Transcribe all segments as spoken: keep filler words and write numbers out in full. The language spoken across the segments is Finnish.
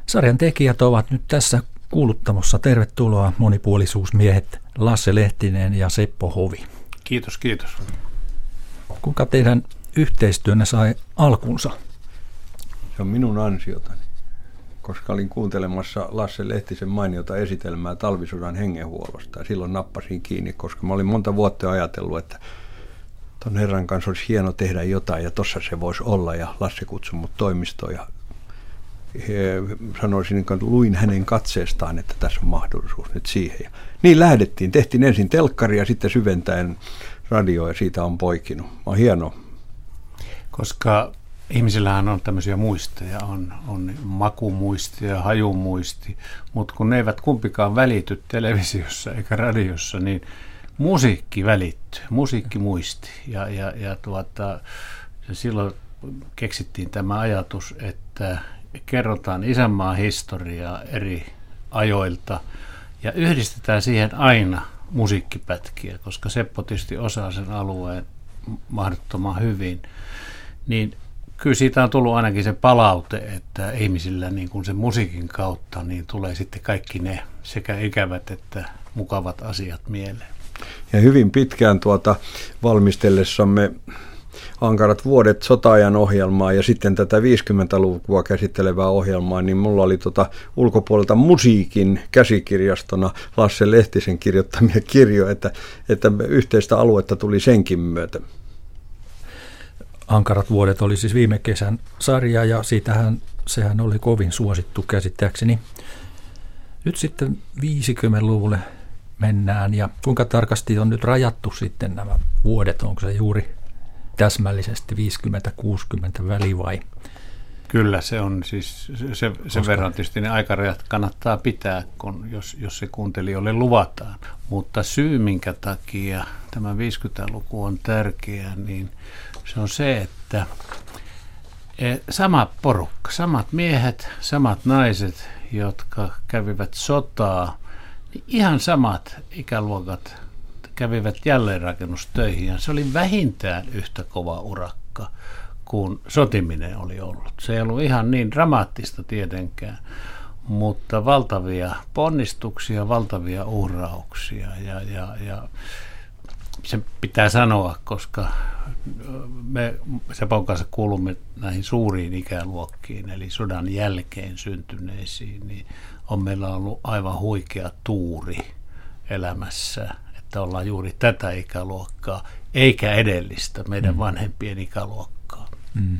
Sarjan tekijät ovat nyt tässä kuuluttamossa. Tervetuloa monipuolisuusmiehet Lasse Lehtinen ja Seppo Hovi. Kiitos, kiitos. Kuinka teidän yhteistyönne sai alkunsa? Se on minun ansiotani, koska olin kuuntelemassa Lasse Lehtisen mainiota esitelmää talvisodan hengenhuollosta. Ja silloin nappasin kiinni, koska mä olin monta vuotta ajatellut, että ton herran kanssa olisi hieno tehdä jotain ja tossa se voisi olla. Ja Lasse kutsui mut toimistoon ja sanoisin, että luin hänen katseestaan, että tässä on mahdollisuus nyt siihen. Ja niin lähdettiin. Tehtiin ensin telkkari ja sitten syventäen radio ja siitä on poikinut. On hienoa. Koska ihmisillähän on tämmöisiä muisteja, on, on makumuisti ja hajumuisti, mutta kun ne eivät kumpikaan välity televisiossa eikä radiossa, niin musiikki välittyy, musiikki muisti. Ja, ja, ja tuota, silloin keksittiin tämä ajatus, että kerrotaan isänmaan historiaa eri ajoilta ja yhdistetään siihen aina musiikkipätkiä, koska Seppo tietysti osaa sen alueen mahdottoman hyvin, niin kyllä siitä on tullut ainakin se palaute, että ihmisillä niin kuin sen musiikin kautta niin tulee sitten kaikki ne sekä ikävät että mukavat asiat mieleen. Ja hyvin pitkään tuota valmistellessamme Ankarat vuodet sota-ajan ohjelmaa ja sitten tätä viisikymmentälukua käsittelevää ohjelmaa, niin mulla oli tuota ulkopuolelta musiikin käsikirjastona Lasse Lehtisen kirjoittamia kirjoja, että, että yhteistä aluetta tuli senkin myötä. Ankarat vuodet oli siis viime kesän sarja ja siitähän sehän oli kovin suosittu käsittääkseni. Nyt sitten viisikymmentäluvulle mennään ja kuinka tarkasti on nyt rajattu sitten nämä vuodet, onko se juuri täsmällisesti viisikymmentä kuusikymmentä väli vai? Kyllä se on siis se, sen verran tietysti ne aikarajat kannattaa pitää, kun jos, jos se kuuntelijoille luvataan. Mutta syy, minkä takia tämä viisikymmentäluku on tärkeä, niin se on se, että sama porukka, samat miehet, samat naiset, jotka kävivät sotaa, niin ihan samat ikäluokat kävivät jälleenrakennustöihin ja se oli vähintään yhtä kova urakka kuin sotiminen oli ollut. Se ei ollut ihan niin dramaattista tietenkään, mutta valtavia ponnistuksia, valtavia uhrauksia ja, ja, ja se pitää sanoa, koska me Sepon kanssa kuulumme näihin suuriin ikäluokkiin, eli sodan jälkeen syntyneisiin, niin on meillä ollut aivan huikea tuuri elämässä, että ollaan juuri tätä ikäluokkaa, eikä edellistä meidän mm. vanhempien ikäluokkaa. Mm.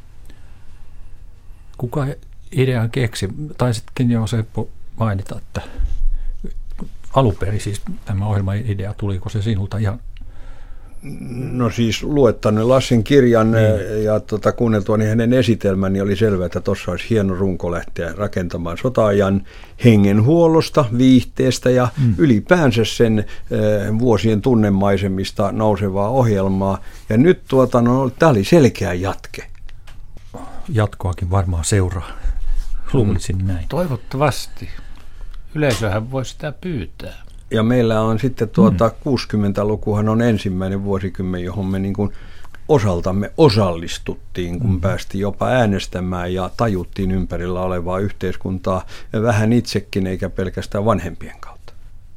Kuka idean keksi? Taisitkin jo Seppo mainita, että alunperin siis tämä ohjelman idea, tuliko se sinulta ihan? No siis luettanut Lassen kirjan mm. ja tuota, kuunneltuani hänen esitelmän, niin oli selvää, että tuossa olisi hieno runko lähteä rakentamaan sota-ajan hengenhuollosta, viihteestä ja mm. ylipäänsä sen äh, vuosien tunnemaisemista nousevaa ohjelmaa. Ja nyt tuota, no, tämä oli selkeä jatke. Jatkoakin varmaan seuraa. Luulisin mm. näin. Toivottavasti. Yleisöhän voi sitä pyytää. Ja meillä on sitten tuota mm. kuusikymmentälukuhan on ensimmäinen vuosikymmen, johon me niin kuin osaltamme osallistuttiin, kun mm. päästiin jopa äänestämään ja tajuttiin ympärillä olevaa yhteiskuntaa vähän itsekin, eikä pelkästään vanhempien kautta.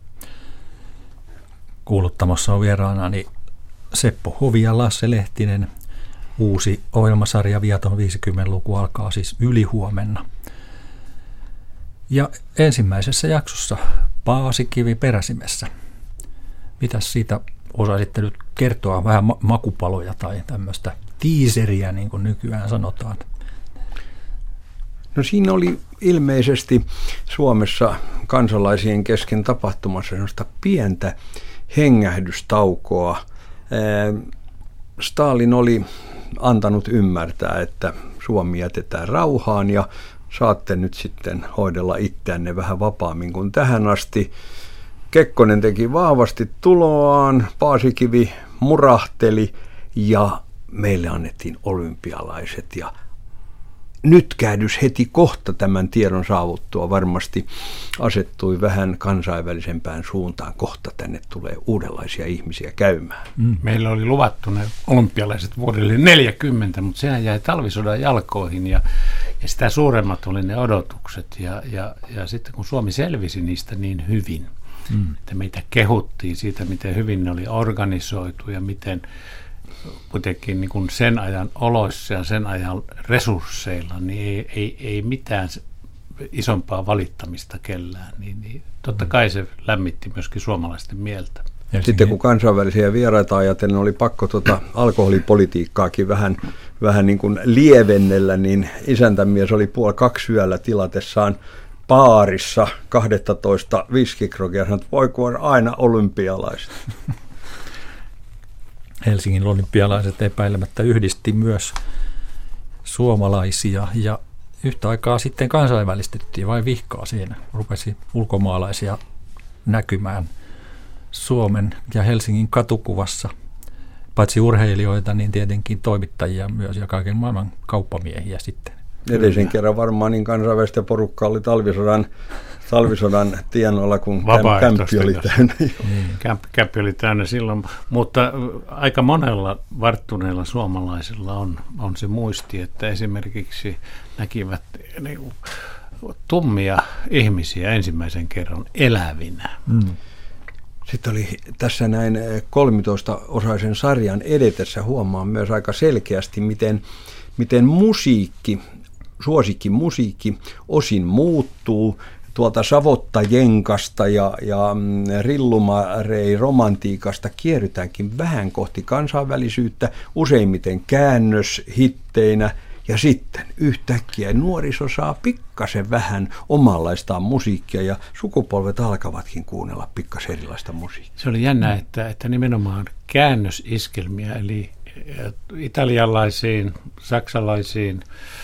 Kuuluttamassa on vieraanani Seppo Hovi ja Lasse Lehtinen. Uusi ohjelmasarja Viaton viisikymmentäluku alkaa siis ylihuomenna. Ja ensimmäisessä jaksossa Paasikivi peräsimessä. Mitäs siitä osaisitte nyt kertoa? Vähän ma- makupaloja tai tämmöistä tiiseriä, niin kuin nykyään sanotaan. No siinä oli ilmeisesti Suomessa kansalaisien kesken tapahtumassa sellaista pientä hengähdystaukoa. Stalin oli antanut ymmärtää, että Suomi jätetään rauhaan ja saatte nyt sitten hoidella itseänne vähän vapaammin kuin tähän asti. Kekkonen teki vahvasti tuloaan, Paasikivi murahteli ja meille annettiin olympialaiset ja nytkähdys heti kohta tämän tiedon saavuttua varmasti asettui vähän kansainvälisempään suuntaan. Kohta tänne tulee uudenlaisia ihmisiä käymään. Mm. Meillä oli luvattu ne olympialaiset vuodelle neljäkymmentä, mutta sehän jäi talvisodan jalkoihin ja, ja sitä suuremmat oli ne odotukset. Ja, ja, ja sitten kun Suomi selvisi niistä niin hyvin, mm. että meitä kehuttiin siitä, miten hyvin ne oli organisoitu ja miten kuitenkin niin kuin sen ajan oloissa ja sen ajan resursseilla, niin ei, ei, ei mitään isompaa valittamista kellään. Niin, niin totta kai se lämmitti myöskin suomalaisten mieltä. Sitten kun kansainvälisiä vieraita ajatellen oli pakko tuota alkoholipolitiikkaakin vähän, vähän niin kuin lievennellä, niin isäntämies oli puoli kaksi yöllä tilatessaan baarissa kaksitoista viskikrogia ja sanoi, että voi kun on aina olympialaiset. Helsingin olympialaiset epäilemättä yhdisti myös suomalaisia ja yhtä aikaa sitten kansainvälistettiin vai vihkaa siinä. Rupesi ulkomaalaisia näkymään Suomen ja Helsingin katukuvassa. Paitsi urheilijoita, niin tietenkin toimittajia myös ja kaiken maailman kauppamiehiä sitten. Edellisen kerran varmaan niin kansainvälistä porukkaa oli talvisodan, talvisodan tienoilla, kun kämppi oli täynnä. Niin. Kämppi, kämppi oli täynnä silloin, mutta aika monella varttuneella suomalaisilla on, on se muisti, että esimerkiksi näkivät niin, tummia ihmisiä ensimmäisen kerran elävinä. Mm. Sitten oli tässä näin kolmetoista-osaisen sarjan edetessä huomaan myös aika selkeästi, miten, miten musiikki, suosikki musiikki osin muuttuu tuolta savottajenkasta ja, ja rillumarei romantiikasta kierrytäänkin vähän kohti kansainvälisyyttä, useimmiten käännöshitteinä. Ja sitten yhtäkkiä nuoriso saa pikkasen vähän omanlaistaan musiikkia ja sukupolvet alkavatkin kuunnella pikkasen erilaista musiikkia. Se oli jännä, että, että nimenomaan käännösiskelmiä, eli italialaisiin, saksalaisiin,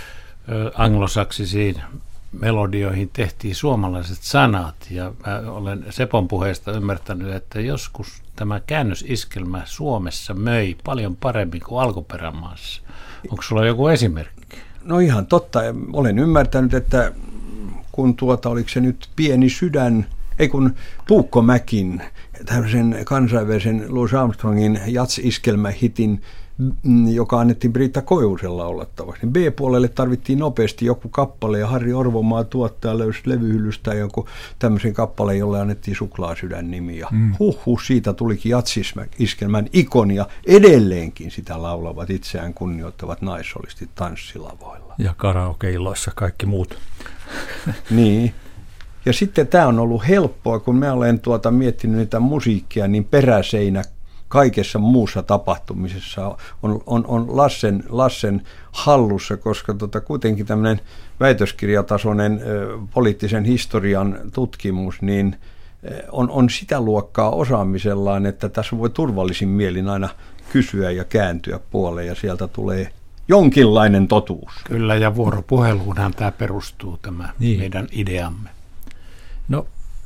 anglosaksisiin melodioihin tehtiin suomalaiset sanat. Ja mä olen Sepon puheesta ymmärtänyt, että joskus tämä käännösiskelmä Suomessa möi paljon paremmin kuin alkuperämaassa. Onko sulla joku esimerkki? No ihan totta. Olen ymmärtänyt, että kun tuota, oliko se nyt Pieni sydän, ei kun Puukkomäkin, tämmöisen kansainvälisen Louis Armstrongin jats-iskelmähitin, joka annettiin Britta Koivusella laulettavaksi. B-puolelle tarvittiin nopeasti joku kappale ja Harri Orvomaa tuottaja löysi levyhyllystä jonkun tämmöisen kappaleen, jolle annettiin Suklaasydän nimi. Ja mm. huh, huh, siitä tulikin jats-iskelmän ikonia. Edelleenkin sitä laulavat itseään kunnioittavat naissolistit tanssilavoilla. Ja karaokeilloissa kaikki muut. Niin. Ja sitten tämä on ollut helppoa, kun mä olen tuota miettinyt niitä musiikkia, niin peräseinä kaikessa muussa tapahtumisessa on, on, on Lassen, Lassen hallussa, koska tota, kuitenkin tämmöinen väitöskirjatasoinen ö, poliittisen historian tutkimus niin ö, on, on sitä luokkaa osaamisellaan, että tässä voi turvallisin mielin aina kysyä ja kääntyä puoleen ja sieltä tulee jonkinlainen totuus. Kyllä, ja vuoropuheluunhan tämä perustuu, tämä niin. meidän ideamme. No,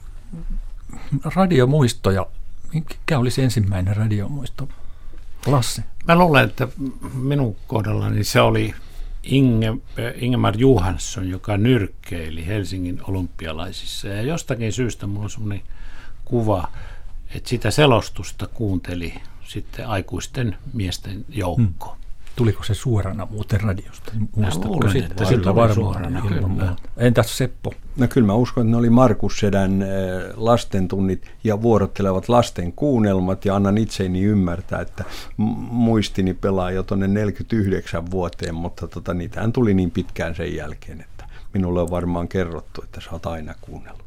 radiomuistoja. Mikä olisi ensimmäinen radiomuisto? Lasse? Mä luulen, että minun kohdallani se oli Inge, Ingemar Johansson, joka nyrkkeili Helsingin olympialaisissa. Ja jostakin syystä mulla on sellainen kuva, että sitä selostusta kuunteli sitten aikuisten miesten joukko. Hmm. Tuliko se suorana muuten radiosta? Muistatko sitten? Sillä varmaan suorana, kyllä. Entäs Seppo? No kyllä mä uskon, että ne oli Markus Sedän lastentunnit ja vuorottelevat lasten kuunnelmat ja annan itseini ymmärtää, että muistini pelaa jo tuonne neljäkymmentäyhdeksän vuoteen, mutta tota, niitähän tuli niin pitkään sen jälkeen, että minulle on varmaan kerrottu, että sä oot aina kuunnellut.